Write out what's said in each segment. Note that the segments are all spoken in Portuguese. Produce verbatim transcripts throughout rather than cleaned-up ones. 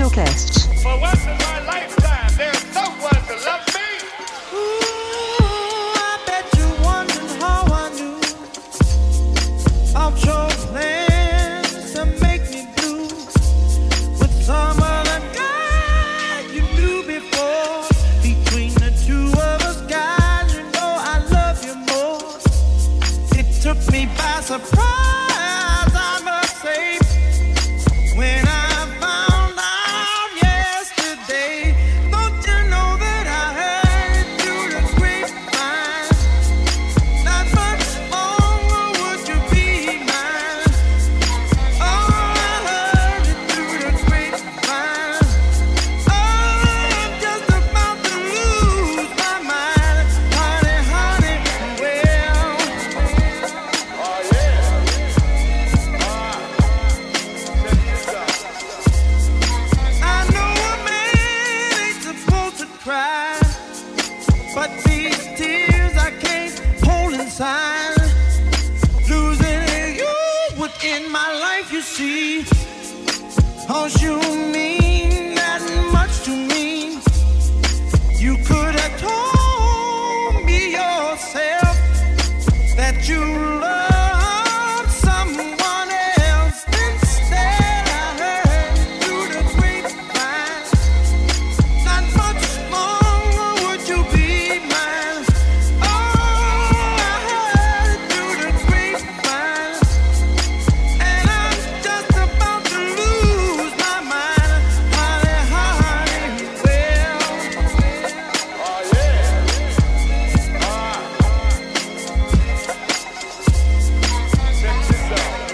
Futurecast. For once in my lifetime, there's someone to love me. Ooh, I bet you wondered how I knew of your plans to make me blue with some other guy you knew before. Between the two of us, guys, you know I love you more. It took me by surprise, I must say, when I you mean that much to me. You could have told me yourself that you loved someone else. Instead I heard through the grapevine, not much longer would you be mine. Oh, I heard it through the grapevine, and I'm just about to lose my mind. Honey, honey, well, Oh, yeah. Ah. Check this out.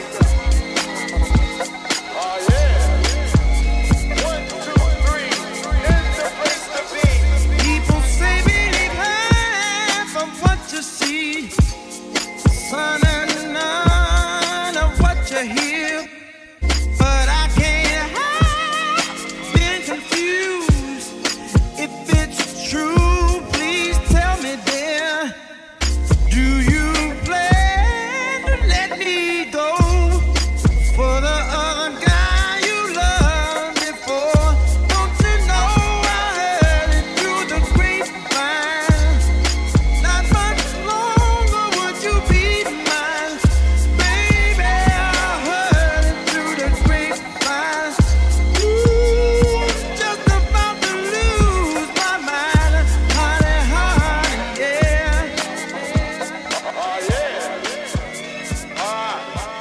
Oh, yeah. One, two, three. It's the place to be. people say believe half of what you see, son, and none of what you hear. But I can't help being confused. If it's true, please tell me, dear. Do you plan to let me go for the other guy you loved before? Don't you know I heard it through the grapevine? Not much longer would you be mine, baby. I heard it through the grapevine. Ooh, just about to lose my mind, honey, honey, yeah. Oh, yeah. Ah.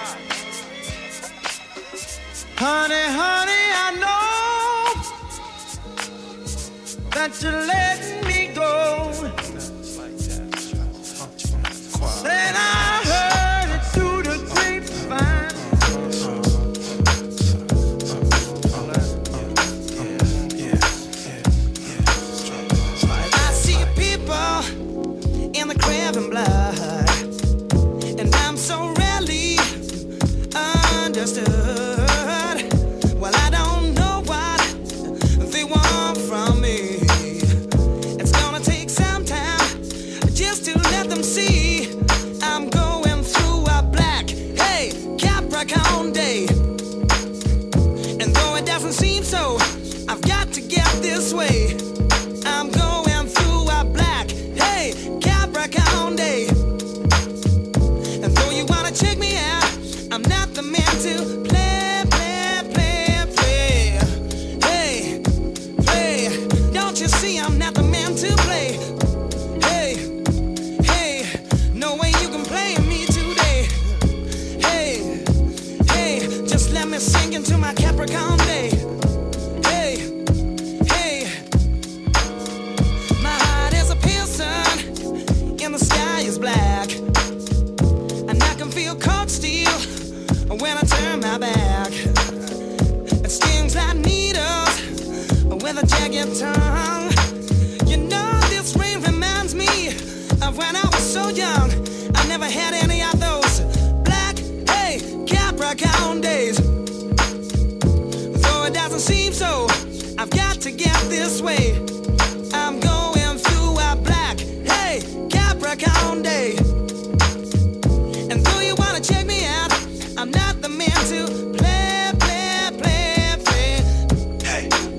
Honey, honey, I know that you're letting me go. Said I heard it through the grapevine. I see people in the craven blood, and I'm so rarely understood. Well, I don't know what they want from me. It's gonna take some time just to let them see I'm going through a black, hey, Capricorn day. And though it doesn't seem so, I've got to get this way. I'm going through a black, hey, Capricorn day. And though you wanna check me out, I'm not the man to play, play, play, play. Hey, play. Don't you see I'm not the man to play? Hey, hey, no way you can play me today. Hey, hey, just let me sink into my Capricorn day. Hey, hey, my heart is a piercing, and the sky is black, and I can feel cold steel when I turn my back. It stings like needles with a jagged tongue. You know this rain reminds me of when I was so young. I never had any of those black, hey, Capricorn days. Though it doesn't seem so, I've got to get this way. I'm going through a black, hey, Capricorn day. And though you wanna check me out, I'm not the man to play, play, play, play. Hey.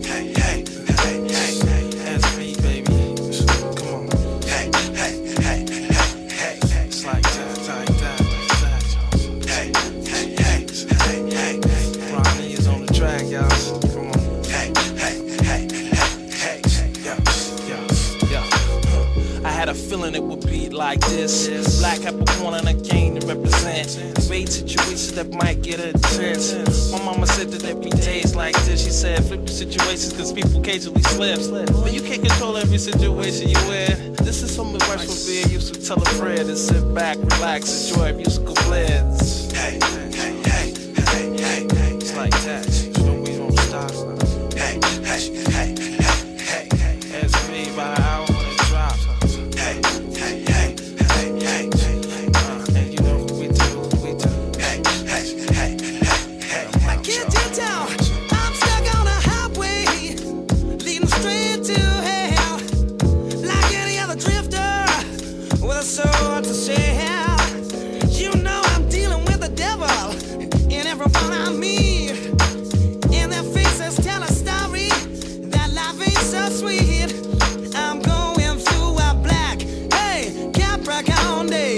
this. Black Capricorn and I came to represent. Evade situations that might get a chance. My mama said that every day is like this. She said flip the situations cause people occasionally slip. But you can't control every situation you in. This is some advice from being used to tell a friend. And sit back, relax, enjoy musical blends. Hey, hey, hey, hey, hey, hey. It's like that. You know we don't stop. Hey, hey, hey, hey, hey. Ask me by the hour when it drops. Hey, hey, hey, hey, hey, hey. Uh, and you know what we do, what we do. Hey, hey, hey, hey, hey. I can't you tell? I'm stuck on a highway leading straight to hell, like any other drifter with a sword to sell. You know I'm dealing with the devil in everyone I meet, and their faces tell a story that life ain't so sweet. I'm going through a black, hey, Capricorn day,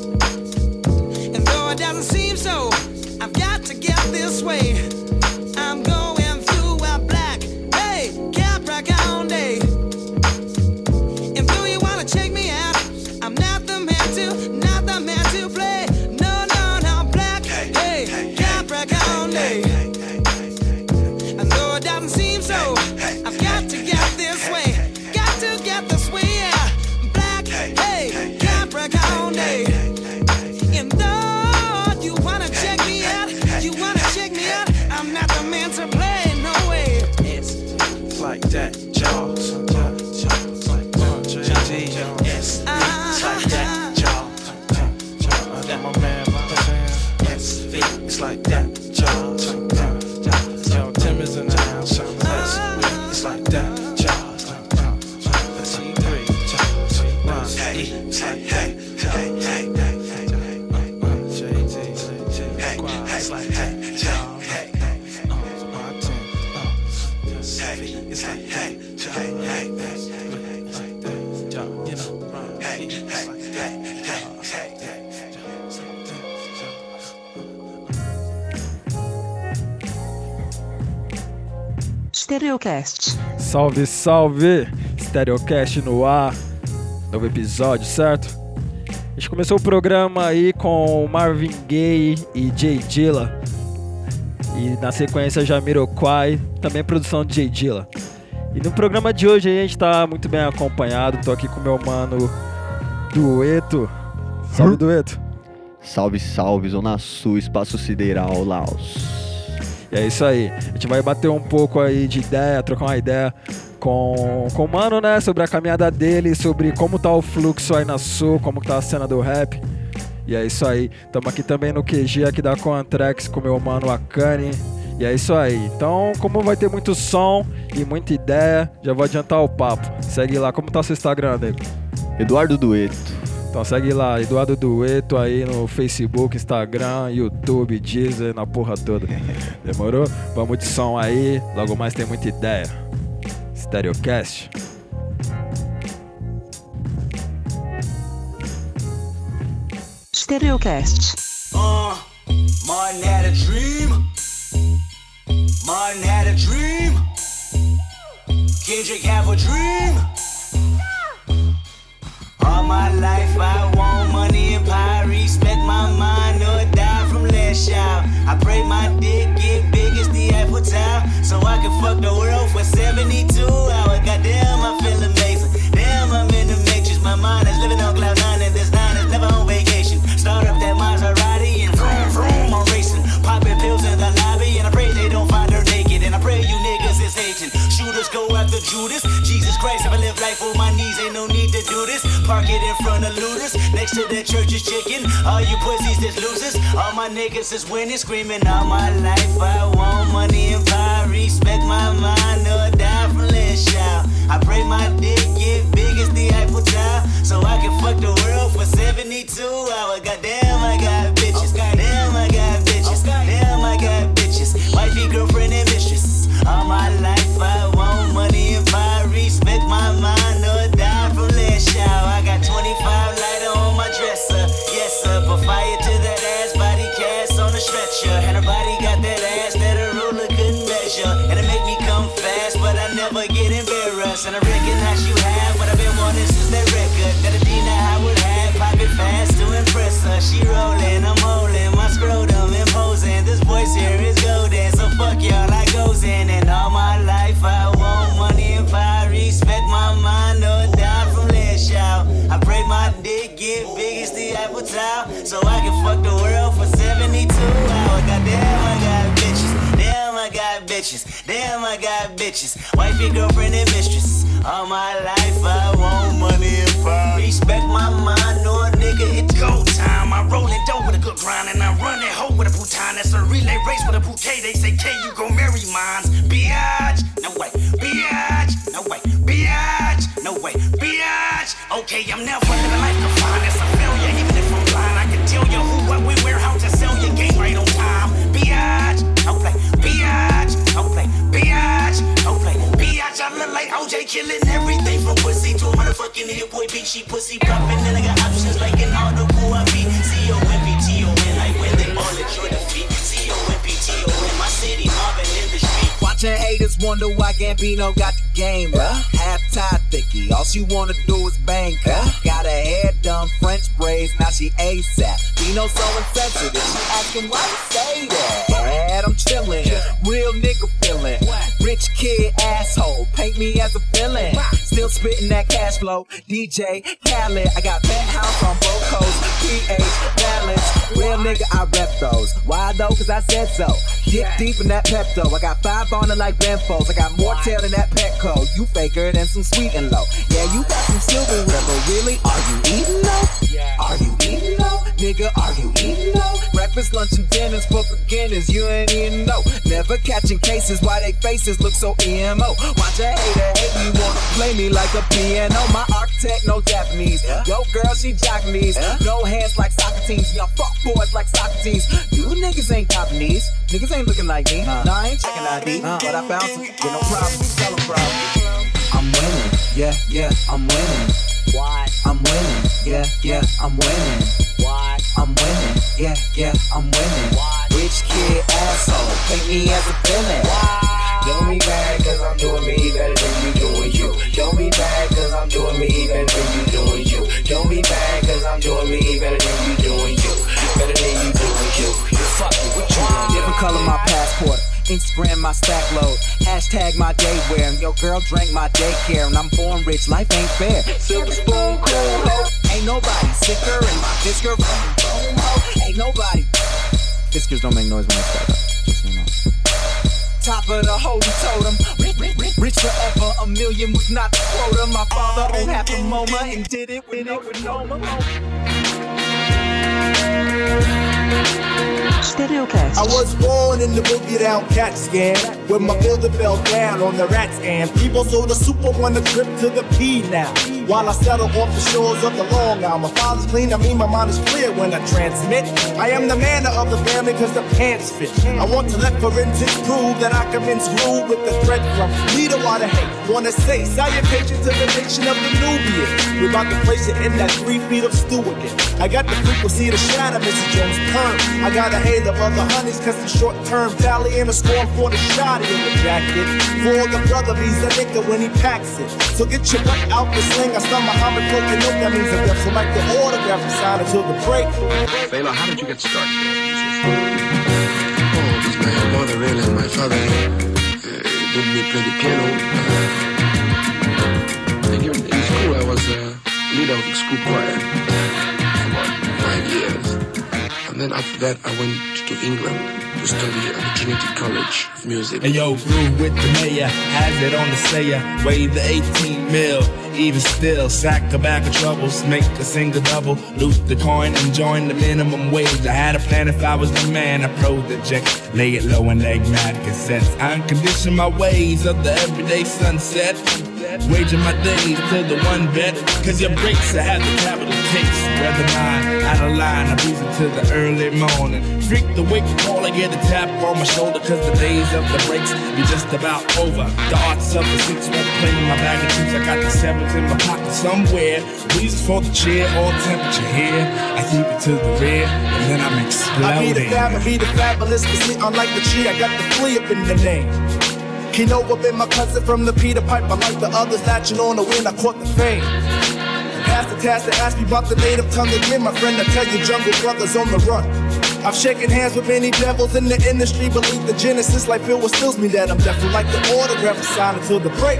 and though it doesn't seem so, I've got to get this way. I'm going through a black, hey, Capricorn day, and though you wanna check me out, I'm not the man to, not the man to play. No, no, no, black, hey, Capricorn day. And though it doesn't seem so, I've got to get this way. Got to get this way, yeah. Black, hey, Capricorn day. And though you wanna check me out, you wanna check me out, I'm not the man to play, no way. It's, it's like that, Jaws. It's like that, Jaws. Yes, it's like that, Jaws. I got my man, yes, it's like that, Jaws. Yo, Tim is in the house. It's like that, Jaws. Let's see, three, it's like that, hey, hey, hey. It's like that, Jaws. It's like, hey, hey, hey, it's like that, Jaws. You know, hey, it's like that, Jaws. Hey, hey, it's like that, Jaws. Stereocast. Salve, salve! Stereocast no ar. Novo episódio, certo? A gente começou o programa aí com Marvin Gaye e Jay Dilla. E na sequência Jamiroquai, também produção de Jay Dilla. E no programa de hoje a gente tá muito bem acompanhado. Tô aqui com meu mano Dueto. Salve, Dueto. Salve, salve, Zona Sul, Espaço Sideral, Laos. E é isso aí. A gente vai bater um pouco aí de ideia, trocar uma ideia com, com o mano, né? Sobre a caminhada dele, sobre como tá o fluxo aí na Sul, como tá a cena do rap. E é isso aí. Tamo aqui também no Q G aqui da Coantrex com meu mano Akane. E é isso aí. Então, como vai ter muito som e muita ideia, já vou adiantar o papo. Segue lá. Como tá seu Instagram, nego? Eduardo Dueto. Então segue lá, Eduardo Dueto aí no Facebook, Instagram, YouTube, Deezer, na porra toda. Demorou? Vamos de som aí. Logo mais tem muita ideia. Stereocast. Stereocast. Uh, Martin had a dream. Martin had a dream. Kendrick have a dream. All my life I want money and power, respect my mind or die from last child. I pray my dick get big as the Eiffel Tower, so I can fuck the world for seventy-two hours. Goddamn, I feel amazing. Damn, I'm in the matrix. My mind is living on cloud nine and this nine is never on vacation. Start up that Maserati and vroom vroom, I'm racing. Popping pills in the lobby and I pray they don't find her naked. And I pray you niggas is hating. Shooters go after Judas. Jesus Christ, if I live life on my knees, ain't no need to do this. Park it in front of looters. Next to that church is chicken. All you pussies is losers. All my niggas is winning, screaming all my life. I want money and power, respect my mind or die from last child. I pray my dick get big as the Eiffel Tower, so I can fuck the world for seventy-two hours. Goddamn, I got bitches. Damn, I got bitches. Damn, I got bitches. Wifey, girlfriend, and mistress. All my life I want money and power, respect my mind or die from last child. I got twenty-five lighter on my dresser, yes sir. Put fire to that ass, body cast on a stretcher. And her body got that ass that a ruler couldn't measure. And it make me come fast, but I never get embarrassed. And I recognize you have what I've been wanting since that record that Adina Howard had. Poppin' bitches. Damn, I got bitches. Wifey, girlfriend, and mistress. All my life I want money and power. Respect my mind, no nigga, it's go time. I roll it dope with a good grind, and I run that hoe with a bouton. That's a relay race with a bouquet. They say, K, you gon' marry mines. Biatch, no way. Biatch, no way. Biatch, no way. Biatch. Okay, I'm never living life confined. That's a failure, even if I'm blind. I can tell you who, what, we where, how to sell your game right on time. Biatch, no play. Biatch, no play. Biatch, no play. Biatch, I look like O J killing everything from pussy to a motherfucking hit boy beat. She pussy popping, and I got options like an auto cool I beat. C O M P T O N, like when they all at your defeat. C O M P T O N, my city mobbing in the street. Watching haters wonder why Gambino got the game, bruh. Half tied thicky, all she wanna do is bang, huh? Got her hair done, French braids, now she ASAP. Bino so insensitive, she asking why you say that. Bad, I'm chillin', real nigga feelin'. Rich kid asshole, paint me as a villain. Still spittin' that cash flow, D J Khaled. I got penthouse on both coasts, P H balance. Real nigga, I rep those. Why though? Cause I said so. Get deep in that Pepto. I got five on it like Benfos. I got more tail than that Petco. You faker than some sweet and low. Yeah, you got some silver river. Really? Are you eating though? Are you eating though? Nigga, are you eating though? Breakfast, lunch, and dinners for beginners. You ain't even know. Never catching cases. Why they faces look so E M O? Watch a hater hate me. Wanna play me like a piano. My architect, no Japanese. Yo, girl, she Japanese. No hands like Socrates. Young fuck boys like Socrates. You niggas ain't copping these. Niggas ain't looking like me. Uh, nah, I ain't checking I D. Uh, but I found some with no problem. Tell them, bro. I'm winning. Yeah, yeah, I'm winning. Why? I'm winning. Yeah, yeah, I'm winning. Why? I'm winning. Yeah, yeah, I'm winning. Why? Rich kid asshole. Paint me as a villain. Why? Don't be mad cause I'm doing me better than you doing you. Don't be mad cause I'm doing me better than you doing you. Don't be mad cause I'm doing me better than you doing you. Better than you doing you. You fucking with you. Different color my passport. Instagram my stack load. Hashtag my day wear. And your girl drank my daycare. And I'm born rich, life ain't fair. Silver spoon, cool ho. Ain't nobody sicker in my Fisker. Boom ho. Ain't nobody. Fiskers don't make noise when they start up. Just so you know. Top of the holy totem. Rich forever, a million was not the quota. My father owned half a MoMA and did it with it with no Stereocast. I was born in the boogie down cat scan, when my builder fell down on the rat scan. People so the super want a trip to the P now, while I settle off the shores of the Long Island. My father's clean, I mean my mind is clear when I transmit. I am the man of the family cause the pants fit. I want to let forensics prove that I commence groove with the thread from leader water hate. Wanna say salutations to the nation of the Nubians. We're about to place it in that three feet of stew again. I got the frequency to shatter Missus Jones' perm. I got a hate of other honeys cause the short term valley and a storm for the shotty in the jacket. For the brother, he's a nigga when he packs it. So get your butt out the sling. I start Muhammad broken note, that means a death. So like the autograph and sign until the break. Fela, how did you get started? Oh, it was my mother really and my father uh, did me play the piano. Uh, in, in school I was uh, leader of the school choir for about five years. And then after that I went to England to study at the Trinity College of Music. And yo, groove with the mayor, has it on the sayer, weigh the eighteen mil. Even still, sack tobacco troubles, make a single double, loot the coin and join the minimum wage. I had a plan if I was the man, I project, lay it low and leg mad cassettes. I uncondition my ways of the everyday sunset, waging my days to the one bet, cause your breaks I had the capital case. Whether mine, out of line, I breeze it to the early morning. Freak the wake call, I get a tap on my shoulder, cause the days of the breaks be just about over. The arts of the six won't play in my bag of chips, I got the sevens in my pocket somewhere. Reasons for the chair or temperature here. I keep it to the rear, and then I'm exploding. I be the fab, I be the fabulous, but see, unlike the G, I got the flea up in the name. Kino up in my cousin from the Peter Pipe, I like the others latching on the wind, I caught the fame. Pass the task to ask me about the native tongue again, my friend, I tell you jungle brothers on the run. I've shaken hands with many devils in the industry, believe the genesis like Phil was stills me that I'm definitely like the autograph and sign until the break.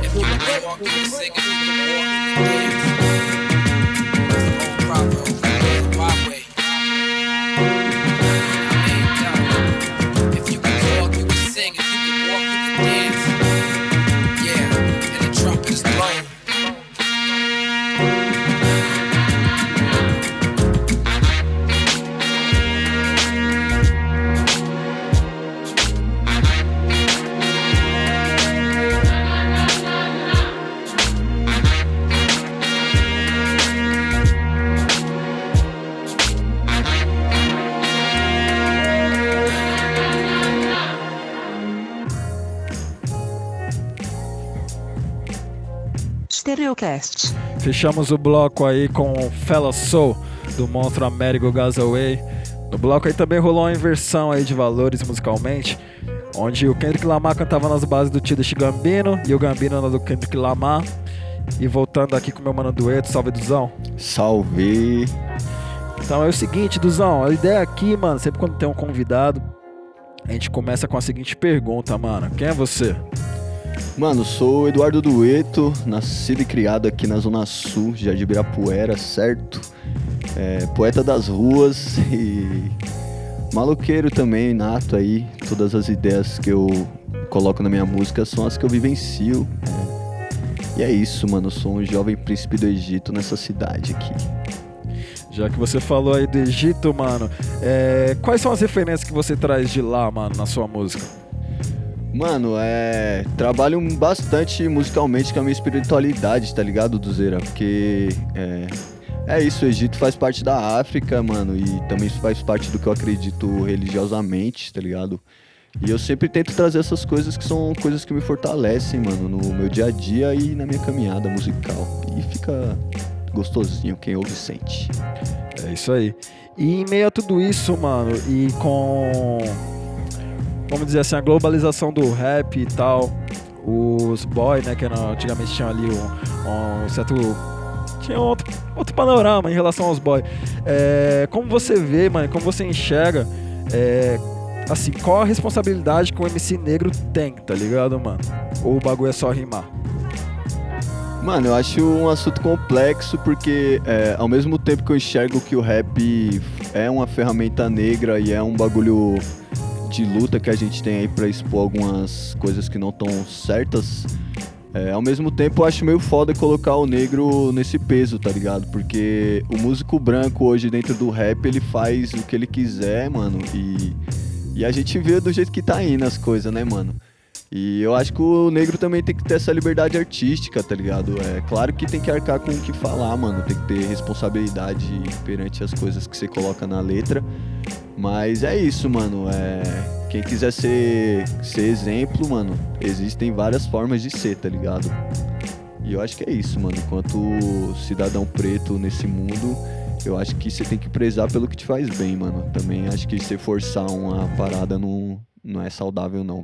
Stereocast. Fechamos o bloco aí com Fella Soul, do monstro Amerigo Gazaway. No bloco aí também rolou uma inversão aí de valores musicalmente, onde o Kendrick Lamar cantava nas bases do Childish Gambino e o Gambino na do Kendrick Lamar. E voltando aqui com o meu mano Dueto, salve Duzão. Salve. Então é o seguinte, Duzão, a ideia aqui, mano, sempre quando tem um convidado, a gente começa com a seguinte pergunta, mano. Quem é você? Mano, sou Eduardo Dueto, nascido e criado aqui na Zona Sul, Jardim Ibirapuera, certo? É, poeta das ruas e maloqueiro também, nato aí. Todas as ideias que eu coloco na minha música são as que eu vivencio. É. E é isso, mano, eu sou um jovem príncipe do Egito nessa cidade aqui. Já que você falou aí do Egito, mano, é... quais são as referências que você traz de lá, mano, na sua música? Mano, é... trabalho bastante musicalmente com a minha espiritualidade, tá ligado, Duzeira? Porque é... é isso, o Egito faz parte da África, mano, e também faz parte do que eu acredito religiosamente, tá ligado? E eu sempre tento trazer essas coisas que são coisas que me fortalecem, mano, no meu dia a dia e na minha caminhada musical. E fica gostosinho, quem ouve sente. É isso aí. E em meio a tudo isso, mano, e com, vamos dizer assim, a globalização do rap e tal, os boys, né, que antigamente tinham ali um, um certo... tinha outro, outro panorama em relação aos boys. É, como você vê, mano, como você enxerga, é, assim, qual a responsabilidade que o M C negro tem, tá ligado, mano? Ou o bagulho é só rimar? Mano, eu acho um assunto complexo porque é, ao mesmo tempo que eu enxergo que o rap é uma ferramenta negra e é um bagulho de luta que a gente tem aí pra expor algumas coisas que não estão certas, é, ao mesmo tempo eu acho meio foda colocar o negro nesse peso, tá ligado? Porque o músico branco hoje dentro do rap, ele faz o que ele quiser, mano, e, e a gente vê do jeito que tá indo as coisas, né, mano? E eu acho que o negro também tem que ter essa liberdade artística, tá ligado? É claro que tem que arcar com o que falar, mano. Tem que ter responsabilidade perante as coisas que você coloca na letra. Mas é isso, mano. É... Quem quiser ser, ser exemplo, mano, existem várias formas de ser, tá ligado? E eu acho que é isso, mano. Enquanto cidadão preto nesse mundo, eu acho que você tem que prezar pelo que te faz bem, mano. Também acho que você forçar uma parada não, não é saudável, não.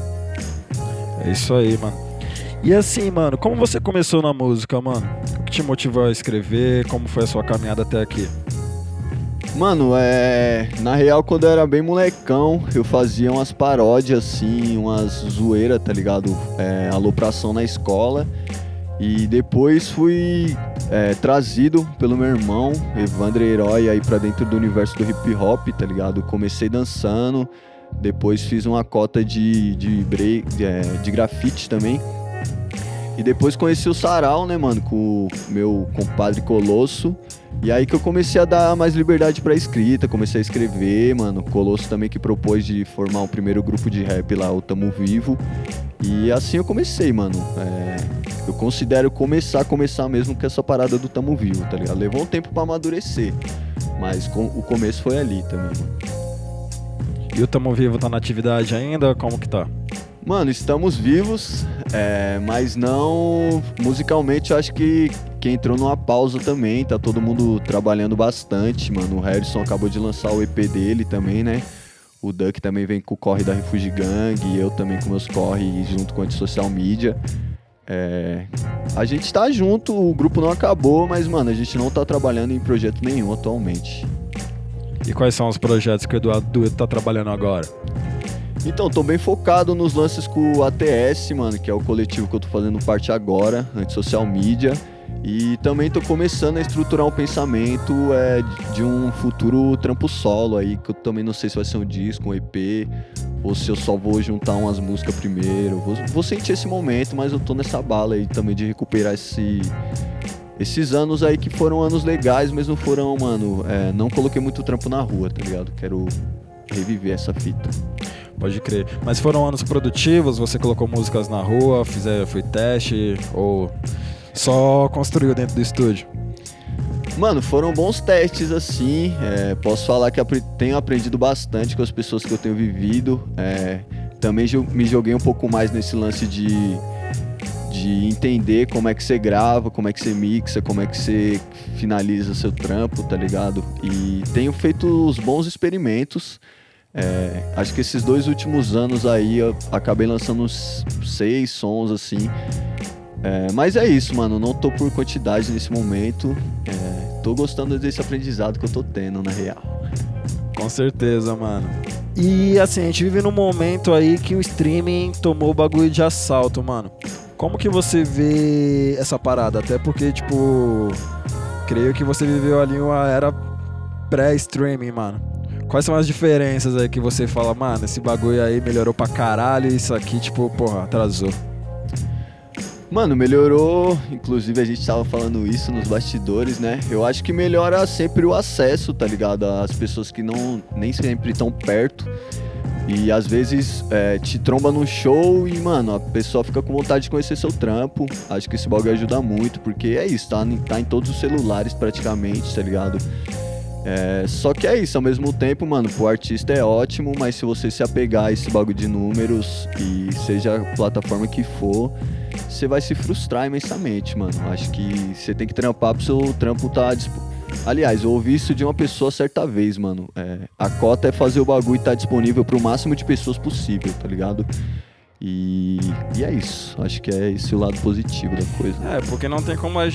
É isso aí, mano. E assim, mano, como você começou na música, mano? O que te motivou a escrever? Como foi a sua caminhada até aqui? Mano, é... na real, quando eu era bem molecão, eu fazia umas paródias, assim, umas zoeiras, tá ligado? É, alopração na escola. E depois fui é, trazido pelo meu irmão, Evandro Herói, aí pra dentro do universo do hip hop, tá ligado? Comecei dançando. Depois fiz uma cota de, de, break, de, é, de grafite também. E depois conheci o Sarau, né, mano, com o meu compadre Colosso. E aí que eu comecei a dar mais liberdade pra escrita, comecei a escrever, mano. Colosso também que propôs de formar o primeiro grupo de rap lá, o Tamo Vivo. E assim eu comecei, mano. É, eu considero começar, começar mesmo com essa parada do Tamo Vivo, tá ligado? Levou um tempo pra amadurecer, mas com, o começo foi ali também, mano. E o Tamo Vivo tá na atividade ainda? Como que tá? Mano, estamos vivos, é, mas não... Musicalmente eu acho que, que entrou numa pausa também, tá todo mundo trabalhando bastante, mano. O Harrison acabou de lançar o E P dele também, né? O Duck também vem com o corre da Refugee Gang, e eu também com meus corre junto com a Antisocial Media. É, a gente tá junto, o grupo não acabou, mas, mano, a gente não tá trabalhando em projeto nenhum atualmente. E quais são os projetos que o Eduardo Dueto tá trabalhando agora? Então, tô bem focado nos lances com o A T S, mano, que é o coletivo que eu tô fazendo parte agora, Antisocial Media. E também tô começando a estruturar um pensamento é, de um futuro trampo solo aí, que eu também não sei se vai ser um disco, um E P, ou se eu só vou juntar umas músicas primeiro. Vou, vou sentir esse momento, mas eu tô nessa bala aí também de recuperar esse... Esses anos aí que foram anos legais, mas não foram, mano, é, não coloquei muito trampo na rua, tá ligado? Quero reviver essa fita. Pode crer. Mas foram anos produtivos? Você colocou músicas na rua, fizer, foi teste ou só construiu dentro do estúdio? Mano, foram bons testes, assim. É, posso falar que apre- tenho aprendido bastante com as pessoas que eu tenho vivido. É, também jo- me joguei um pouco mais nesse lance de... de de entender como é que você grava, como é que você mixa, como é que você finaliza seu trampo, tá ligado? E tenho feito os bons experimentos. É, acho que esses dois últimos anos aí eu acabei lançando uns seis sons, assim. É, mas é isso, mano, não tô por quantidade nesse momento. É, tô gostando desse aprendizado que eu tô tendo, na real. Com certeza, mano. E assim, a gente vive num momento aí que o streaming tomou o bagulho de assalto, mano. Como que você vê essa parada? Até porque, tipo, creio que você viveu ali uma era pré-streaming, mano. Quais são as diferenças aí que você fala, mano, esse bagulho aí melhorou pra caralho e isso aqui, tipo, porra, atrasou? Mano, melhorou, inclusive a gente tava falando isso nos bastidores, né? Eu acho que melhora sempre o acesso, tá ligado? As pessoas que não nem sempre estão perto e às vezes é, te tromba num show e, mano, a pessoa fica com vontade de conhecer seu trampo. Acho que esse bagulho ajuda muito, porque é isso, tá, tá em todos os celulares praticamente, tá ligado? É, só que é isso, ao mesmo tempo, mano, pro artista é ótimo, mas se você se apegar a esse bagulho de números e seja a plataforma que for, você vai se frustrar imensamente, mano. Acho que você tem que trampar pro seu trampo tá disponível. Aliás, eu ouvi isso de uma pessoa certa vez, mano. É, a cota é fazer o bagulho estar tá disponível pro máximo de pessoas possível, tá ligado? E, e é isso. Acho que é esse o lado positivo da coisa. É, porque não tem como a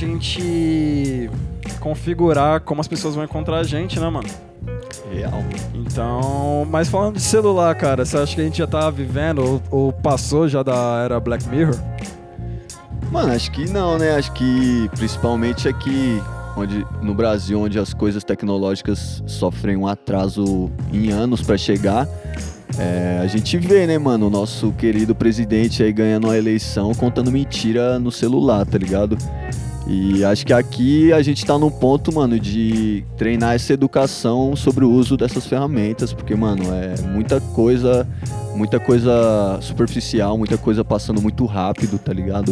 gente configurar como as pessoas vão encontrar a gente, né, mano? Real. Então, mas falando de celular, cara, você acha que a gente já tá vivendo ou, ou passou já da era Black Mirror? Mano, acho que não, né? Acho que principalmente aqui onde, no Brasil, onde as coisas tecnológicas sofrem um atraso em anos pra chegar, é, a gente vê, né, mano, o nosso querido presidente aí ganhando a eleição contando mentira no celular, tá ligado? E acho que aqui a gente tá num ponto, mano, de treinar essa educação sobre o uso dessas ferramentas, porque, mano, é muita coisa, muita coisa superficial, muita coisa passando muito rápido, tá ligado?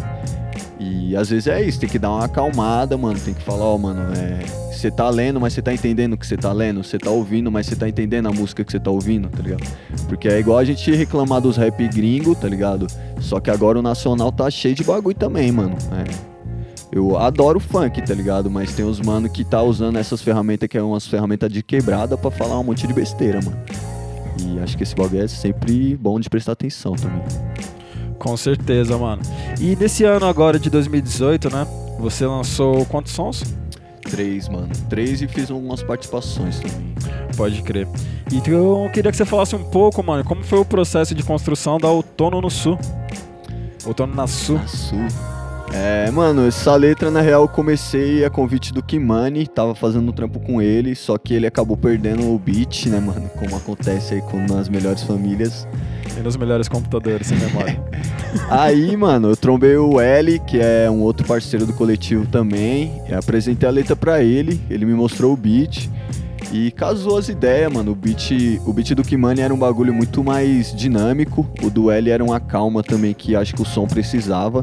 E às vezes é isso, tem que dar uma acalmada, mano, tem que falar, ó, mano, é, você tá lendo, mas você tá entendendo o que você tá lendo, você tá ouvindo, mas você tá entendendo a música que você tá ouvindo, tá ligado? Porque é igual a gente reclamar dos rap gringo, tá ligado? Só que agora o nacional tá cheio de bagulho também, mano, é. Eu adoro funk, tá ligado? Mas tem os mano que tá usando essas ferramentas que é umas ferramentas de quebrada pra falar um monte de besteira, mano. E acho que esse bagulho é sempre bom de prestar atenção também. Com certeza, mano. E nesse ano agora de dois mil e dezoito, né? Você lançou quantos sons? Três, mano. Três e fiz algumas participações também. Pode crer. E eu queria que você falasse um pouco, mano, como foi o processo de construção da Outono no Sul? Outono na Sul. Na Sul. É, mano, essa letra na real eu comecei a convite do Kimani, tava fazendo um trampo com ele, só que ele acabou perdendo o beat, né, mano, como acontece aí com nas melhores famílias. E nos melhores computadores, sem memória. Aí, mano, eu trombei o L, que é um outro parceiro do coletivo também, e apresentei a letra pra ele, ele me mostrou o beat e casou as ideias, mano. O beat, o beat do Kimani era um bagulho muito mais dinâmico, o do L era uma calma também que acho que o som precisava.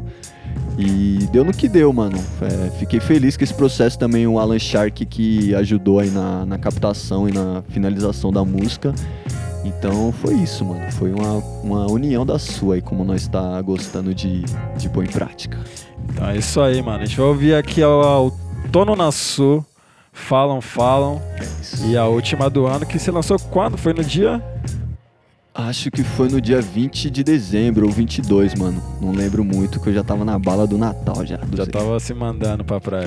E deu no que deu, mano. É, fiquei feliz que esse processo também, o Alan Shark que ajudou aí na, na captação e na finalização da música. Então foi isso, mano. Foi uma, uma união da sua aí, como nós tá gostando de, de pôr em prática. Então é isso aí, mano. A gente vai ouvir aqui o Outono na Sul, Falam, Falam. É isso. E a última do ano que você lançou quando? Foi no dia... Acho que foi no dia vinte de dezembro ou vinte e dois, mano. Não lembro muito, que eu já tava na bala do Natal já. Já tava se mandando pra praia.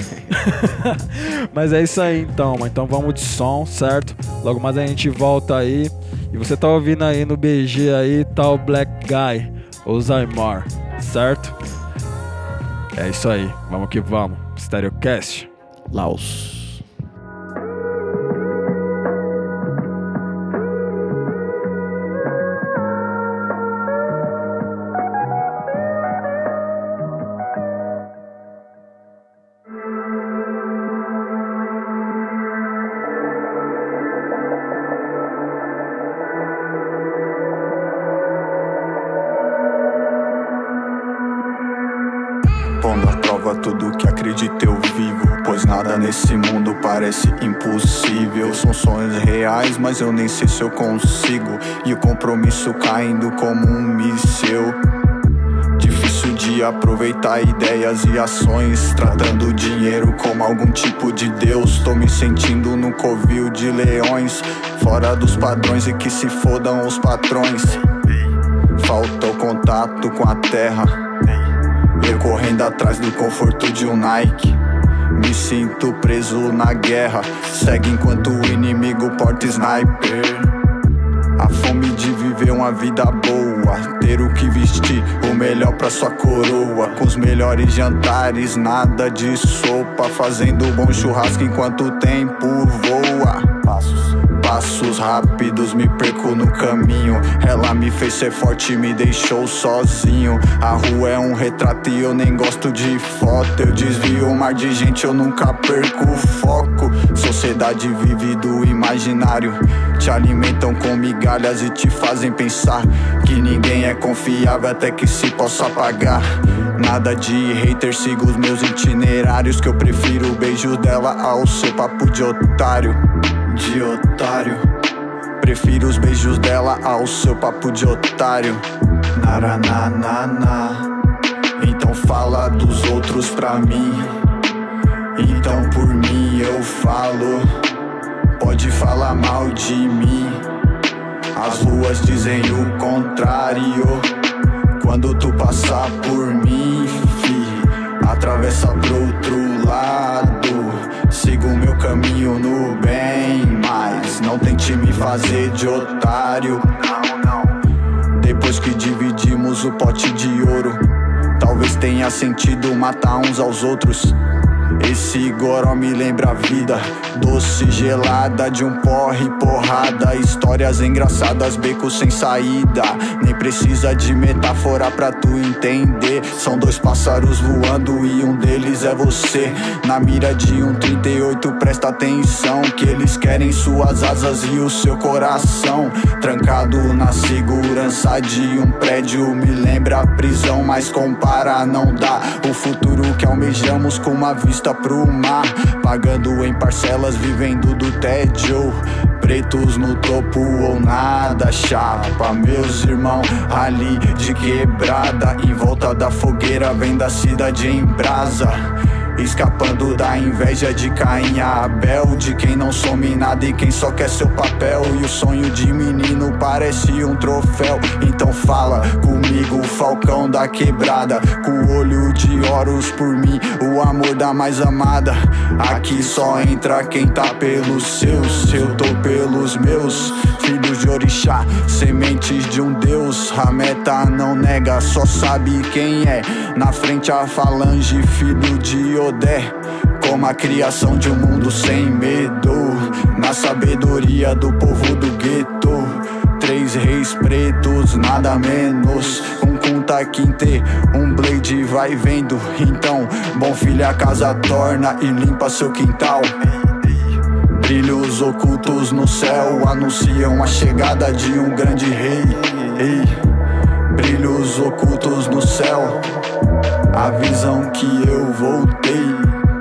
Mas é isso aí então, mano. Então vamos de som, certo? Logo mais a gente volta aí. E você tá ouvindo aí no B G aí, tá o Black Guy, o Zaymar, certo? É isso aí, vamos que vamos. Stereocast. Laos. Pondo à prova tudo que acredito eu vivo, pois nada nesse mundo parece impossível. São sonhos reais, mas eu nem sei se eu consigo, e o compromisso caindo como um míssil. Difícil de de aproveitar ideias e ações, tratando o dinheiro como algum tipo de Deus. Tô me sentindo num covil de leões, fora dos padrões e que se fodam os patrões. Falta o contato com a terra, eu correndo atrás do conforto de um Nike. Me sinto preso na guerra, segue enquanto o inimigo porta sniper. A fome de viver uma vida boa, ter o que vestir, o melhor pra sua coroa. Com os melhores jantares, nada de sopa, fazendo bom churrasco enquanto o tempo voa. Passos, passos rápidos, me perco no caminho. Ela me fez ser forte e me deixou sozinho. A rua é um retrato e eu nem gosto de foto. Eu desvio um mar de gente, eu nunca perco o foco. Sociedade vive do imaginário, te alimentam com migalhas e te fazem pensar que ninguém é confiável até que se possa pagar. Nada de hater, sigo os meus itinerários, que eu prefiro o beijo dela ao seu papo de otário. De otário, prefiro os beijos dela ao seu papo de otário. Naranana, então fala dos outros pra mim. Então por mim eu falo, pode falar mal de mim. As ruas dizem o contrário. Quando tu passar por mim, fi, atravessa pro outro lado. Sigo meu caminho no bem, mas não tente me fazer de otário. Não, não. Depois que dividimos o pote de ouro, talvez tenha sentido matar uns aos outros. Esse goró me lembra a vida, doce gelada de um porre porrada. Histórias engraçadas, becos sem saída. Nem precisa de metáfora pra tu entender. São dois pássaros voando e um deles é você. Na mira de um trinta e oito, presta atenção, que eles querem suas asas e o seu coração. Trancado na segurança de um prédio, me lembra a prisão, mas compara não dá. O futuro que almejamos com uma vista pro mar, pagando em parcelas, vivendo do tédio. Pretos no topo ou nada, chapa, meus irmãos ali de quebrada. Em volta da fogueira vem da cidade em brasa, escapando da inveja de Caim e Abel, de quem não some nada e quem só quer seu papel. E o sonho de menino parece um troféu. Então fala comigo, falcão da quebrada, com o olho de Horus por mim, o amor da mais amada. Aqui só entra quem tá pelos seus, eu tô pelos meus. Filhos de orixá, sementes de um deus. A meta não nega, só sabe quem é. Na frente a falange, filho de Odé, como a criação de um mundo sem medo. Na sabedoria do povo do gueto, três reis pretos, nada menos. Um Kunta Kinte, um Blade vai vendo. Então, bom filho, a casa torna e limpa seu quintal. Brilhos ocultos no céu anunciam a chegada de um grande rei. Ei, brilhos ocultos no céu avisam que eu voltei.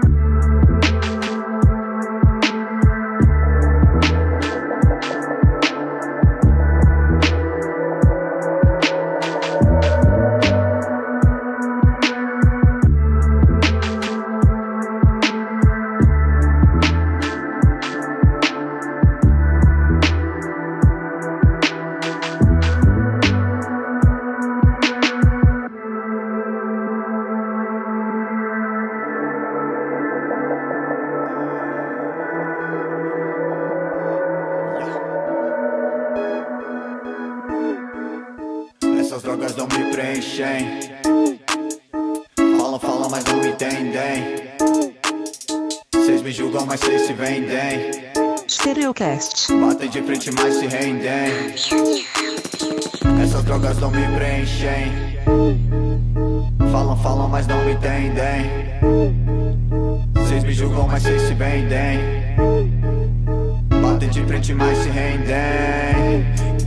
Essas drogas não me preenchem. Falam, falam, mas não me entendem. Cês me julgam, mas cês se vendem. Stereocast. Batem de frente, mas se rendem. Essas drogas não me preenchem. Falam, falam, mas não me entendem. Cês me julgam, mas cês se vendem. Batem de frente, mas se rendem.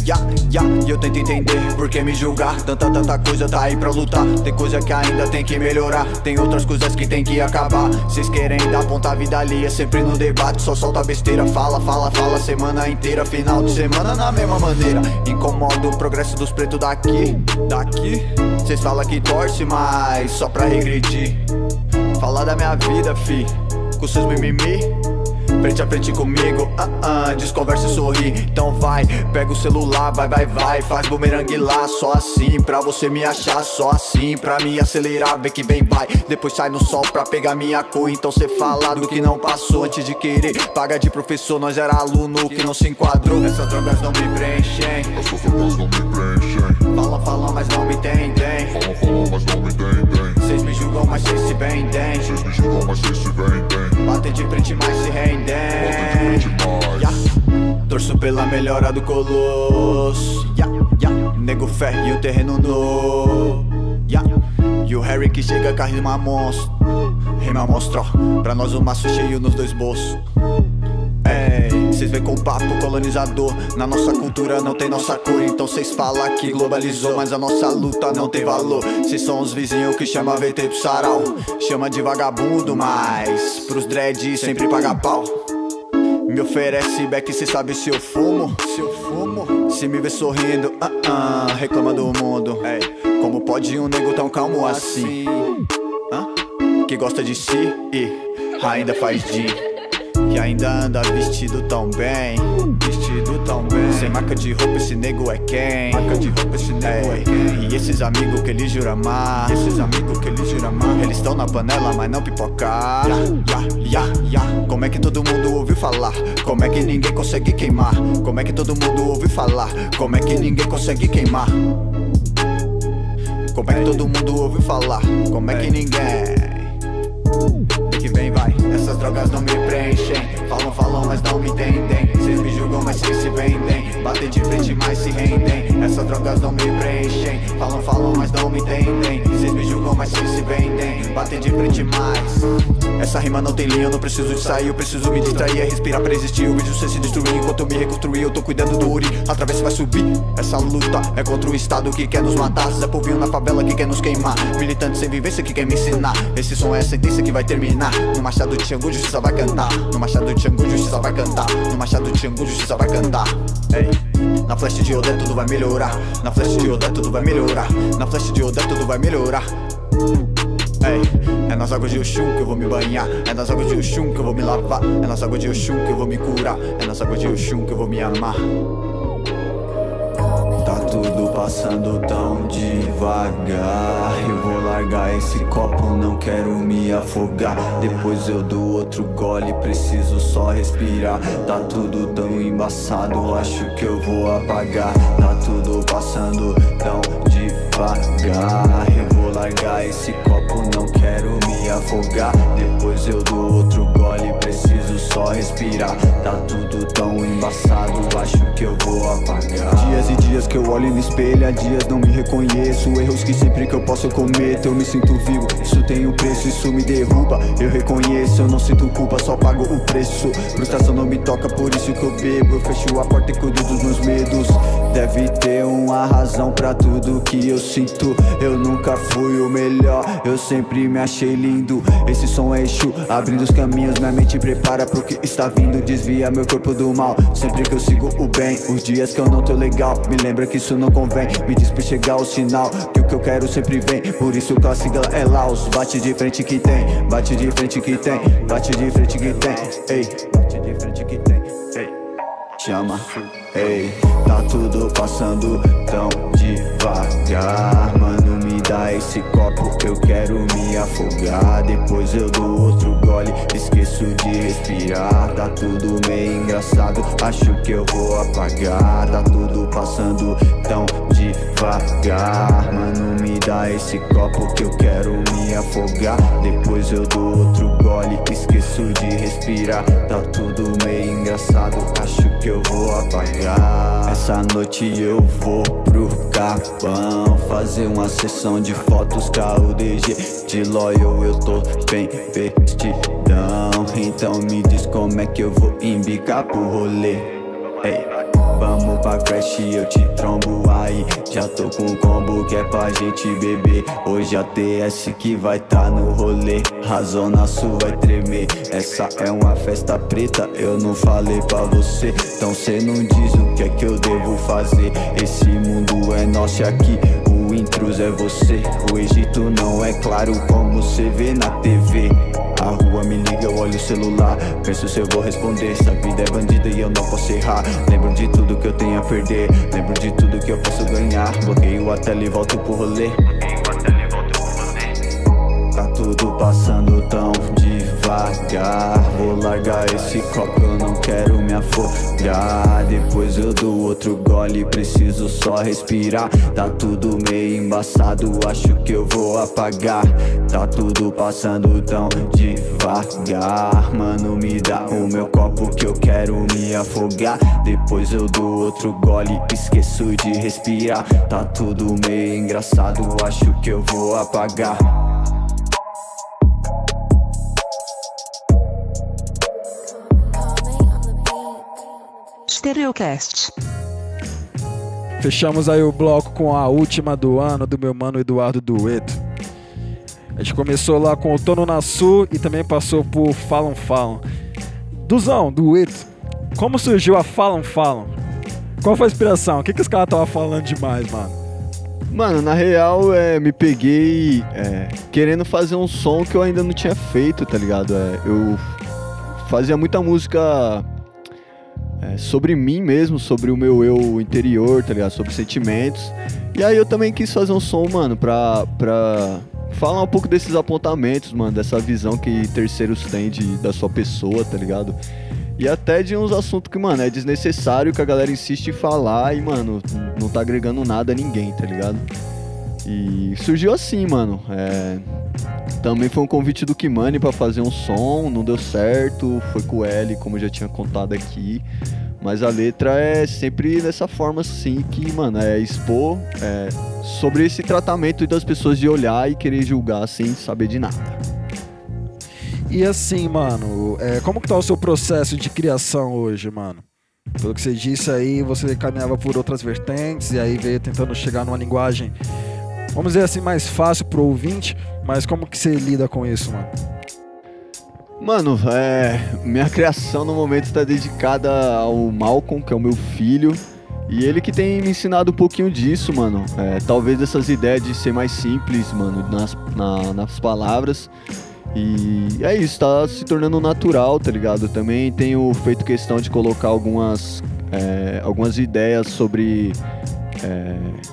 yeah, yeah. E eu tento entender por que me julgar. Tanta, tanta coisa tá aí pra lutar. Tem coisa que ainda tem que melhorar. Tem outras coisas que tem que acabar. Cês querem dar ponta a vida alheia, sempre no debate. Só solta besteira, fala, fala, fala semana inteira. Final de semana na mesma maneira. Incomoda o progresso dos pretos daqui. Daqui cês falam que torce, mas só pra regredir. Fala da minha vida, fi, com seus mimimi. Frente a frente comigo, ah, ah, desconversa e sorri. Então vai, pega o celular, vai, vai, vai. Faz bumerangue lá, só assim pra você me achar. Só assim pra me acelerar, vê que bem vai. Depois sai no sol pra pegar minha cor. Então cê fala do que não passou antes de querer. Paga de professor, nós era aluno que não se enquadrou. Essas drogas não me preenchem. Essas drogas não me preenchem. Fala, fala, mas não me entendem. Fala, fala, mas não me entendem. Cês me julgam, mas cês se vendem. Cês me julgam, mas cês se vendem. Batem de frente, mas se rendem. Batem de frente, mas yeah. Torço pela melhora do colosso, yeah, yeah. Nego fé e o terreno novo, yeah. E o Harry que chega com a rima monstro. Rima monstro, pra nós o maço cheio nos dois bolsos. Ei, cês vêm com papo colonizador. Na nossa cultura não tem nossa cor. Então cês falam que globalizou, mas a nossa luta não tem valor. Cês são os vizinhos que chama V T pro sarau. Chama de vagabundo, mas pros dread sempre paga pau. Me oferece beck, cê sabe se eu fumo. Se eu fumo, se me vê sorrindo, ah, ah, reclama do mundo. Ei, como pode um nego tão calmo assim? Hã? Que gosta de si e ainda faz de. Que ainda anda vestido tão bem. Vestido tão bem. Sem marca de roupa esse nego é quem? Marca de roupa esse nego é quem? E esses amigos que ele jura amar. Esses amigos que ele jura amar. Eles estão na panela, mas não pipocar. Ya, ya, ya, ya. Como é que todo mundo ouviu falar? Como é que ninguém consegue queimar? Como é que todo mundo ouviu falar? Como é que ninguém consegue queimar? Como é que todo mundo ouviu falar? Como é que ninguém... Que vem, vai, essas drogas não me preenchem. Falam, falam, mas não me entendem. Cês me julgam, mas cês se vendem. Batem de frente, mas se rendem. Essas drogas não me preenchem. Falam, falam, mas não me entendem. Cês me julgam, mas cês se vendem. Batem de frente, mais. Essa rima não tem linha, eu não preciso de sair. Eu preciso me distrair, é respirar pra existir. Eu vejo cê se destruir enquanto eu me reconstruir. Eu tô cuidando do Uri, atravessa e vai subir. Essa luta é contra o estado que quer nos matar. Zé Povinho na favela que quer nos queimar. Militante sem vivência que quer me ensinar. Esse som é a sentença que vai terminar. No Machado de Xangu, justiça vai cantar. No Machado de Xangu, justiça vai cantar. No Machado de Xangu, justiça vai cantar. Ei, na flecha de Odé tudo vai melhorar. Na flecha de Odé tudo vai melhorar. Na flecha de Odé tudo vai melhorar. Ei, é nas águas de Oxum que eu vou me banhar. É nas águas de Oxum que eu vou me lavar. É nas águas de Oxum que eu vou me curar. É nas águas de Oxum que eu vou me amar. Tá tudo passando tão devagar. Eu vou largar esse copo, não quero me afogar. Depois eu dou outro gole, preciso só respirar. Tá tudo tão embaçado, acho que eu vou apagar. Tá tudo passando tão devagar. Eu vou largar esse copo, não quero me afogar. Depois eu dou outro gole, preciso só respirar. Tá tudo tão embaçado, acho que eu vou apagar. Dias e dias que eu olho no espelho, há dias não me reconheço. Erros que sempre que eu posso eu cometo, eu me sinto vivo. Isso tem um preço, isso me derruba. Eu reconheço, eu não sinto culpa, só pago o preço. Frustração não me toca, por isso que eu bebo. Eu fecho a porta e cuido dos meus medos. Deve ter uma razão pra tudo que eu sinto. Eu nunca fui o melhor, eu sempre me achei lindo. Esse som é Exu, abrindo os caminhos. Minha mente prepara pro que está vindo. Desvia meu corpo do mal, sempre que eu sigo o bem. Os dias que eu não tô legal, me lembra que isso não convém. Me diz pra chegar o sinal, que o que eu quero sempre vem. Por isso que a sigla é Laos. Bate de frente que tem, bate de frente que tem, bate de frente que tem. Ei, bate de frente que tem. Ei, chama. Ei, tá tudo passando tão devagar. Mano, me dá esse copo, eu quero me afogar. Depois eu dou outro gole, esqueço de respirar. Tá tudo meio engraçado, acho que eu vou apagar. Tá tudo passando tão devagar. Mano, me dá esse copo que eu quero me afogar. Depois eu dou outro gole, esqueço de respirar. Tá tudo meio engraçado, acho que eu vou apagar. Essa noite eu vou pro Capão fazer uma sessão de fotos com a U D G. De loyal eu tô bem vestidão. Então me diz como é que eu vou embicar pro rolê. Ei, vamos pra crash, eu te trombo aí. Já tô com um combo que é pra gente beber. Hoje a T S que vai tá no rolê, a Zona Sul vai tremer. Essa é uma festa preta, eu não falei pra você. Então cê não diz o que é que eu devo fazer. Esse mundo é nosso e aqui o intruso é você. O Egito não é claro como cê vê na T V. A rua me liga, eu olho o celular, penso se eu vou responder. Se a vida é bandida e eu não posso errar. Lembro de tudo que eu tenho a perder, lembro de tudo que eu posso ganhar. Bloqueio a tela e volto pro rolê. Tá tudo passando tão devagar. Vou largar esse copo, eu não quero me afogar. Depois eu dou outro gole, preciso só respirar. Tá tudo meio embaçado, acho que eu vou apagar. Tá tudo passando tão devagar. Mano, me dá o meu copo que eu quero me afogar. Depois eu dou outro gole, esqueço de respirar. Tá tudo meio engraçado, acho que eu vou apagar. Stereocast. Fechamos aí o bloco com a última do ano do meu mano Eduardo Dueto. A gente começou lá com Outono na Sul e também passou por Falam Falam. Duzão, Dueto, como surgiu a Falam Falam? Qual foi a inspiração? O que, que os caras estavam falando demais, mano? Mano, na real, é, me peguei é, querendo fazer um som que eu ainda não tinha feito, tá ligado? É, eu fazia muita música é, sobre mim mesmo, sobre o meu eu interior, tá ligado? Sobre sentimentos. E aí eu também quis fazer um som, mano, pra, pra falar um pouco desses apontamentos, mano, dessa visão que terceiros têm de, da sua pessoa, tá ligado? E até de uns assuntos que, mano, é desnecessário, que a galera insiste em falar e, mano, não tá agregando nada a ninguém, tá ligado? E surgiu assim, mano. É... Também foi um convite do Kimani pra fazer um som, não deu certo, foi com o L, como eu já tinha contado aqui. Mas a letra é sempre dessa forma, assim, que, mano, é expor é, sobre esse tratamento das pessoas de olhar e querer julgar sem saber de nada. E assim, mano, é, como que tá o seu processo de criação hoje, mano? Pelo que você disse aí, você caminhava por outras vertentes e aí veio tentando chegar numa linguagem, vamos dizer assim, mais fácil pro ouvinte, mas como que você lida com isso, mano? Mano, é, minha criação no momento está dedicada ao Malcolm, que é o meu filho, e ele que tem me ensinado um pouquinho disso, mano. É, talvez essas ideias de ser mais simples, mano, nas, na, nas palavras. E é isso, tá se tornando natural, tá ligado? Eu também tenho feito questão de colocar algumas, é, algumas ideias sobre é,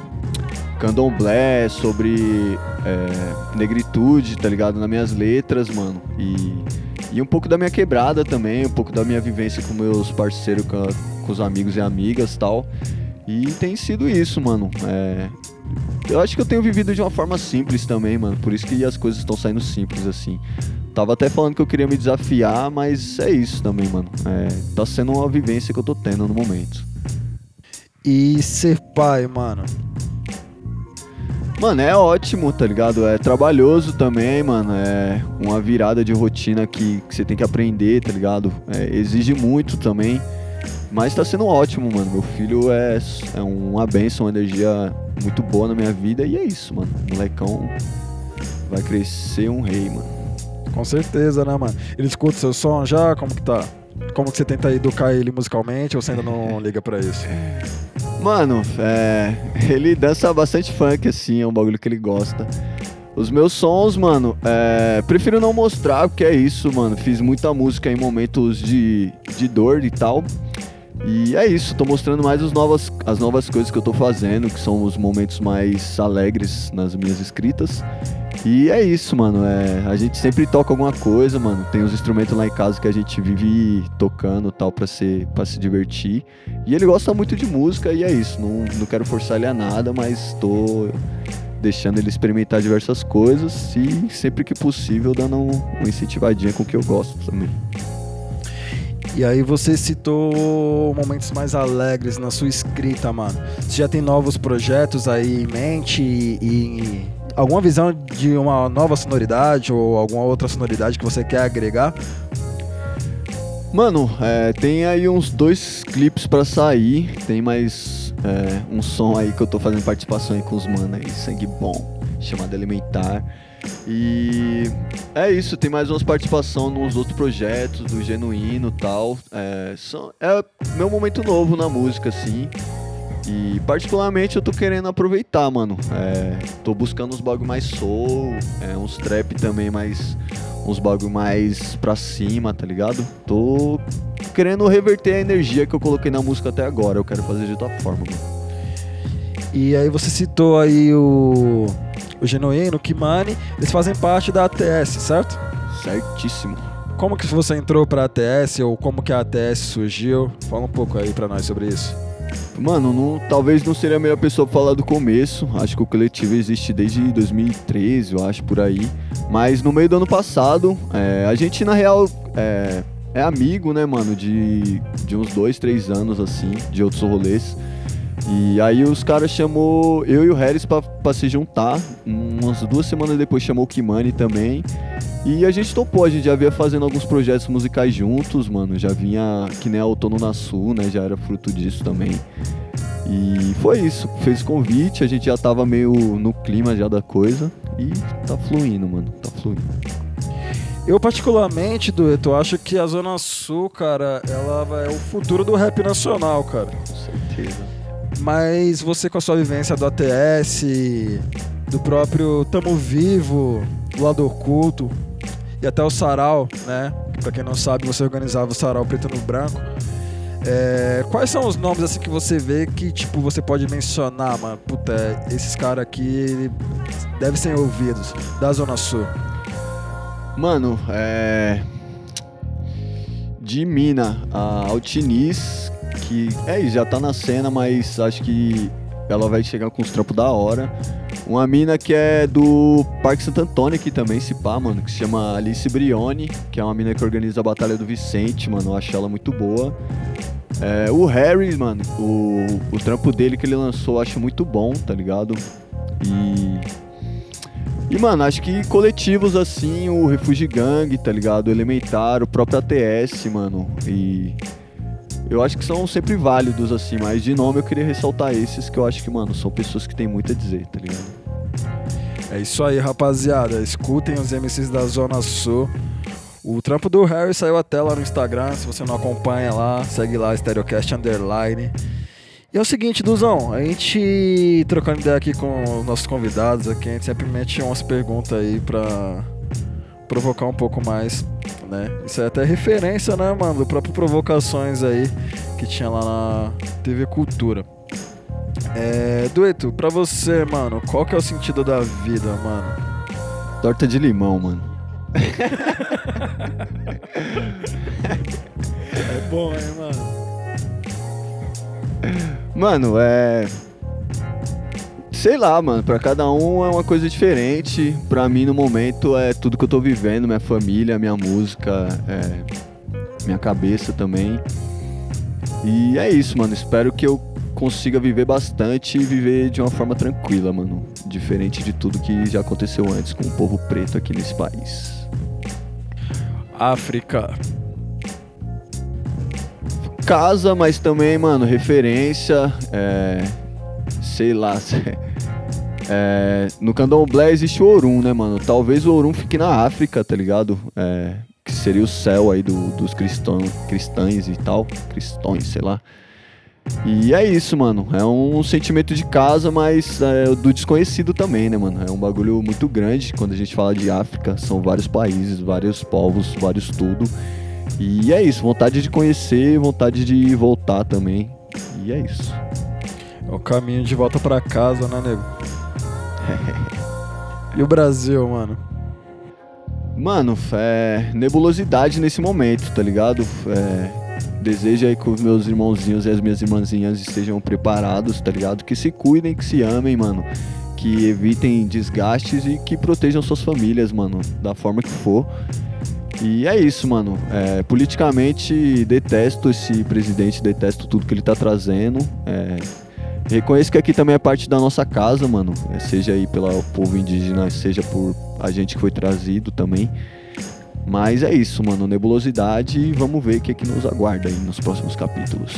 candomblé, sobre é, negritude, tá ligado? Nas minhas letras, mano. E, e um pouco da minha quebrada também, um pouco da minha vivência com meus parceiros, com, a, com os amigos e amigas e tal. E tem sido isso, mano. É... Eu acho que eu tenho vivido de uma forma simples também, mano. Por isso que as coisas estão saindo simples, assim. Tava até falando que eu queria me desafiar, mas é isso também, mano. É... Tá sendo uma vivência que eu tô tendo no momento. E ser pai, mano? Mano, é ótimo, tá ligado? É trabalhoso também, mano. É uma virada de rotina que, que você tem que aprender, tá ligado? É... Exige muito também. Mas tá sendo ótimo, mano. Meu filho é, é uma bênção, uma energia muito boa na minha vida. E é isso, mano. O molecão vai crescer um rei, mano. Com certeza, né, mano? Ele escuta seu som já? Como que tá? Como que você tenta educar ele musicalmente ou você ainda não liga pra isso? Mano, é... ele dança bastante funk, assim. É um bagulho que ele gosta. Os meus sons, mano, é... prefiro não mostrar, porque é isso, mano. Fiz muita música em momentos de, de dor e tal. E é isso, tô mostrando mais as novas, as novas coisas que eu tô fazendo, que são os momentos mais alegres nas minhas escritas. E é isso, mano, é, a gente sempre toca alguma coisa, mano. Tem os instrumentos lá em casa que a gente vive tocando tal pra, ser, pra se divertir. E ele gosta muito de música e é isso, não, não quero forçar ele a nada, mas tô deixando ele experimentar diversas coisas e sempre que possível dando um, uma incentivadinha com o que eu gosto também. E aí você citou momentos mais alegres na sua escrita, mano. Você já tem novos projetos aí em mente e, e alguma visão de uma nova sonoridade ou alguma outra sonoridade que você quer agregar? Mano, é, tem aí uns dois clipes pra sair. Tem mais é, um som aí que eu tô fazendo participação aí com os mano aí, sangue bom, chamado Elementar. E é isso, tem mais umas participações nos outros projetos do Genuíno e tal. É, são, é meu momento novo na música, assim. E particularmente eu tô querendo aproveitar, mano. É, tô buscando uns bagulho mais soul, é, uns trap também mais... uns bagulho mais pra cima, tá ligado? Tô querendo reverter a energia que eu coloquei na música até agora. Eu quero fazer de outra forma, mano. E aí você citou aí o, o Genuíno, o Kimani. Eles fazem parte da A T S, certo? Certíssimo. Como que você entrou pra A T S ou como que a A T S surgiu? Fala um pouco aí pra nós sobre isso. Mano, não, talvez não seria a melhor pessoa pra falar do começo. Acho que o coletivo existe desde dois mil e treze, eu acho, por aí. Mas no meio do ano passado, é, a gente, na real, é, é amigo, né, mano, de, de uns dois, três anos, assim, de outros rolês. E aí os caras chamou eu e o Harris pra, pra se juntar. Umas duas semanas depois chamou o Kimani também. E a gente topou, a gente já vinha fazendo alguns projetos musicais juntos, mano. Já vinha, que nem a Outono na Sul, né? Já era fruto disso também. E foi isso, fez convite, a gente já tava meio no clima já da coisa. E tá fluindo, mano, tá fluindo. Eu particularmente, Dueto, acho que a Zona Sul, cara, ela é o futuro do rap nacional, cara. Com certeza. Mas você com a sua vivência do A T S, do próprio Tamo Vivo, do Lado Oculto e até o Sarau, né? Que pra quem não sabe, você organizava o Sarau Preto no Branco. É, quais são os nomes assim que você vê que tipo você pode mencionar, mano? Puta, esses caras aqui devem ser ouvidos da Zona Sul. Mano, é... de Mina, a Altiniz, que é isso, já tá na cena, mas acho que ela vai chegar com os trampos da hora. Uma mina que é do Parque Santo Antônio aqui também, se pá, mano, que se chama Alice Brioni, que é uma mina que organiza a Batalha do Vicente, mano, eu acho ela muito boa. É, o Harry, mano, o, o trampo dele que ele lançou eu acho muito bom, tá ligado? E... E, mano, acho que coletivos assim, o Refugee Gang, tá ligado? O Elementar, o próprio A T S, mano, e... eu acho que são sempre válidos, assim, mas de nome eu queria ressaltar esses que eu acho que, mano, são pessoas que têm muito a dizer, tá ligado? É isso aí, rapaziada. Escutem os M Cs da Zona Sul. O trampo do Harry saiu até lá no Instagram. Se você não acompanha lá, segue lá, Stereocast Underline. E é o seguinte, Duzão, a gente trocando ideia aqui com os nossos convidados aqui, a gente sempre mete umas perguntas aí pra provocar um pouco mais, né? Isso é até referência, né, mano, do próprio Provocações aí que tinha lá na T V Cultura. É, Dueto, pra você, mano, qual que é o sentido da vida, mano? Torta de limão, mano. É bom, hein, mano? Mano, é... sei lá, mano, pra cada um é uma coisa diferente. Pra mim, no momento, é tudo que eu tô vivendo, minha família, minha música, é... minha cabeça também. E é isso, mano, espero que eu consiga viver bastante e viver de uma forma tranquila, mano. Diferente de tudo que já aconteceu antes com o povo preto aqui nesse país. África. Casa, mas também, mano, referência, é... sei lá, é... no Candomblé existe o Orum, né, mano? Talvez o Orum fique na África, tá ligado? É... que seria o céu aí do, dos cristãos, cristães e tal, cristões, sei lá. E é isso, mano, é um sentimento de casa, mas é, do desconhecido também, né, mano? É um bagulho muito grande quando a gente fala de África, são vários países, vários povos, vários tudo. E é isso, vontade de conhecer, vontade de voltar também, e é isso. É o caminho de volta pra casa, né, nego? E o Brasil, mano? Mano, é nebulosidade nesse momento, tá ligado? É... Desejo aí que os meus irmãozinhos e as minhas irmãzinhas estejam preparados, tá ligado? Que se cuidem, que se amem, mano. Que evitem desgastes e que protejam suas famílias, mano, da forma que for. E é isso, mano. É, politicamente, detesto esse presidente, detesto tudo que ele tá trazendo. É, reconheço que aqui também é parte da nossa casa, mano. É, seja aí pelo povo indígena, seja por a gente que foi trazido também. Mas é isso, mano, nebulosidade, e vamos ver o que, que nos aguarda aí nos próximos capítulos.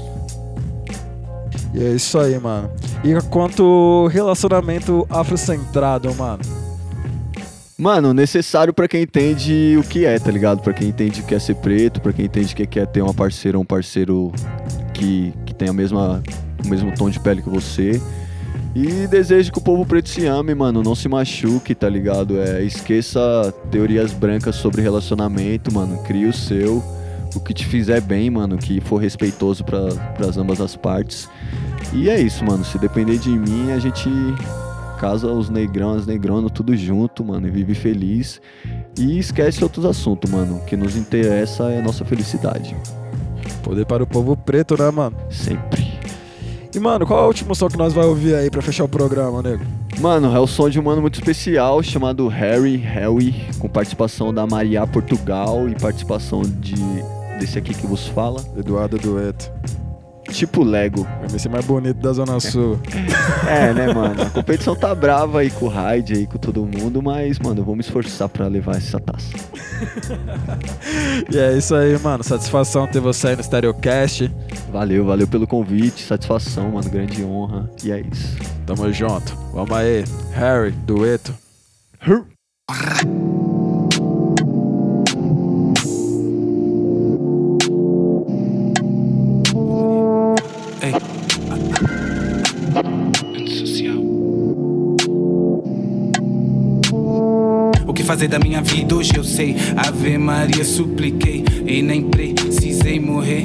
E é isso aí, mano. E quanto relacionamento afrocentrado, mano? Mano, necessário pra quem entende o que é, tá ligado? Pra quem entende o que é ser preto, pra quem entende o que é ter uma parceira, um parceiro que, que tem a mesma, o mesmo tom de pele que você. E desejo que o povo preto se ame, mano, não se machuque, tá ligado? É, esqueça teorias brancas sobre relacionamento, mano, crie o seu, o que te fizer bem, mano, que for respeitoso pra, pras ambas as partes. E é isso, mano, se depender de mim, a gente casa os negrão, as negronas, tudo junto, mano, e vive feliz. E esquece outros assuntos, mano, o que nos interessa é a nossa felicidade. Poder para o povo preto, né, mano? Sempre. E, mano, qual é o último som que nós vamos ouvir aí pra fechar o programa, nego? Mano, é o som de um mano muito especial chamado Harry, Harry, com participação da Maria Portugal e participação de desse aqui que vos fala, Eduardo Dueto. Tipo Lego. Vai ser mais bonito da Zona Sul. É, né, mano? A competição tá brava aí com o Raid, aí com todo mundo, mas, mano, eu vou me esforçar pra levar essa taça. E é isso aí, mano. Satisfação ter você aí no Stereocast. Valeu, valeu pelo convite. Satisfação, mano. Grande honra. E é isso. Tamo junto. Vamos aí. Harry, Dueto. O que fazer da minha vida hoje eu sei. Ave Maria supliquei e nem precisei morrer.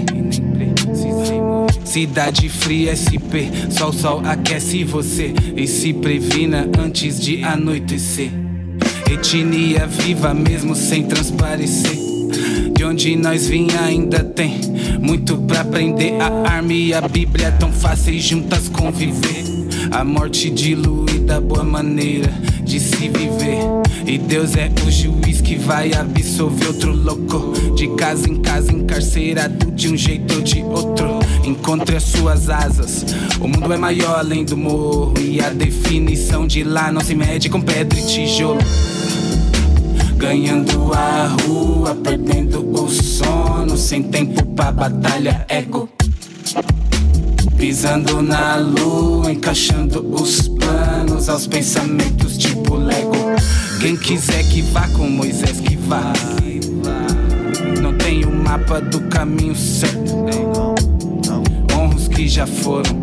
Cidade fria S P, só o sol aquece você. E se previna antes de anoitecer. Etnia viva mesmo sem transparecer. De onde nós vinha ainda tem muito pra aprender. A arma e a Bíblia tão fáceis juntas conviver. A morte dilui da boa maneira de se viver. E Deus é o juiz que vai absolver outro louco. De casa em casa encarcerado de um jeito ou de outro. Encontre as suas asas. O mundo é maior além do morro. E a definição de lá não se mede com pedra e tijolo. Ganhando a rua, perdendo o sono. Sem tempo pra batalha, ego. Pisando na lua, encaixando os planos aos pensamentos tipo Lego. Quem quiser que vá com Moisés que vá. Não tem o mapa do caminho certo. Honra os que já foram.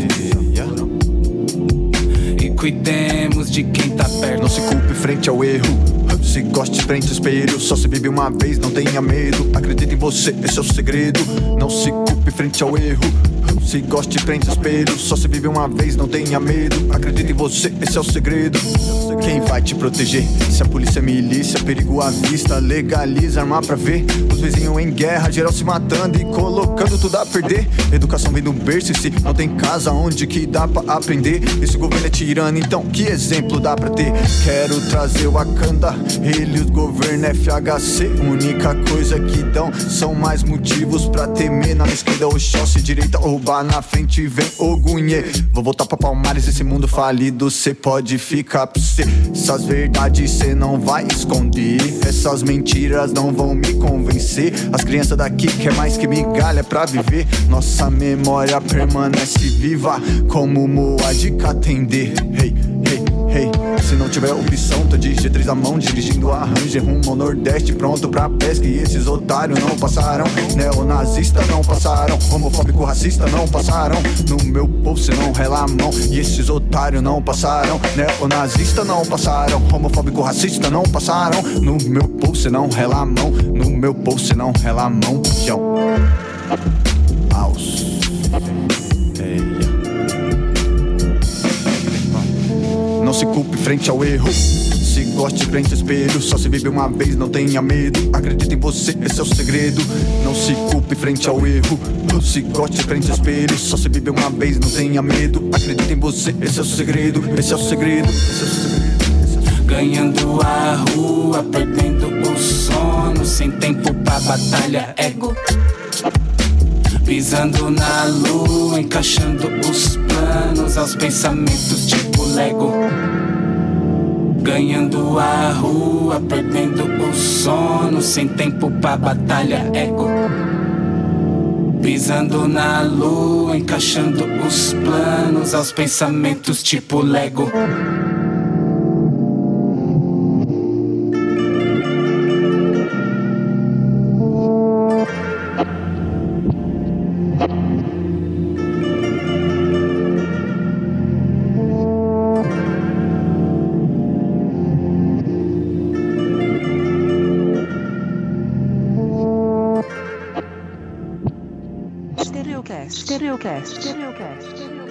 E cuidemos de quem tá perto. Não se culpe frente ao erro. Se goste frente ao espelho, só se vive uma vez, não tenha medo. Acredite em você, esse é o segredo. Não se culpe frente ao erro. Se goste frente ao espelho, só se vive uma vez, não tenha medo. Acredite em você, esse é o segredo. Quem vai te proteger? Se a polícia é milícia, perigo à vista. Legaliza, armar pra ver. Os vizinhos em guerra, geral se matando e colocando tudo a perder. Educação vem do berço e se não tem casa onde que dá pra aprender. Esse governo é tirano, então que exemplo dá pra ter? Quero trazer o Wakanda, ele o governo F H C. Única coisa que dão são mais motivos pra temer. Na esquerda Oxóssi, direita roubar, na frente vem Ogunhê. Vou voltar pra Palmares, esse mundo falido cê pode ficar pra cê. Essas verdades cê não vai esconder. Essas mentiras não vão me convencer. As crianças daqui quer mais que migalha pra viver. Nossa memória permanece viva como Moa de Catendê. Hey, hey, hey. Se não tiver opção, tô de G três a mão, dirigindo a Ranger rumo ao Nordeste, pronto pra pesca. E esses otários não passaram. Neonazista não passaram. Homofóbico, racista não passaram. No meu povo cê não rela a mão. E esses otários não passaram. Neonazista não passaram. Homofóbico, racista não passaram. No meu povo cê não rela a mão. No meu povo cê não rela a mão. Yo. Aos. Não se culpe frente ao erro. Se goste frente ao espelho, só se vive uma vez, não tenha medo. Acredite em você, esse é o segredo. Não se culpe frente ao erro. Se goste frente ao espelho, só se vive uma vez, não tenha medo. Acredite em você, esse é o segredo. Esse é o segredo, esse é o segredo. Ganhando a rua, perdendo o sono. Sem tempo pra batalha, ego. Pisando na lua, encaixando os planos aos pensamentos tipo Lego. Ganhando a rua, perdendo o sono, sem tempo pra batalha, ego. Pisando na lua, encaixando os planos aos pensamentos tipo Lego. Stereocast, Stereocast, Stereocast, Stereocast.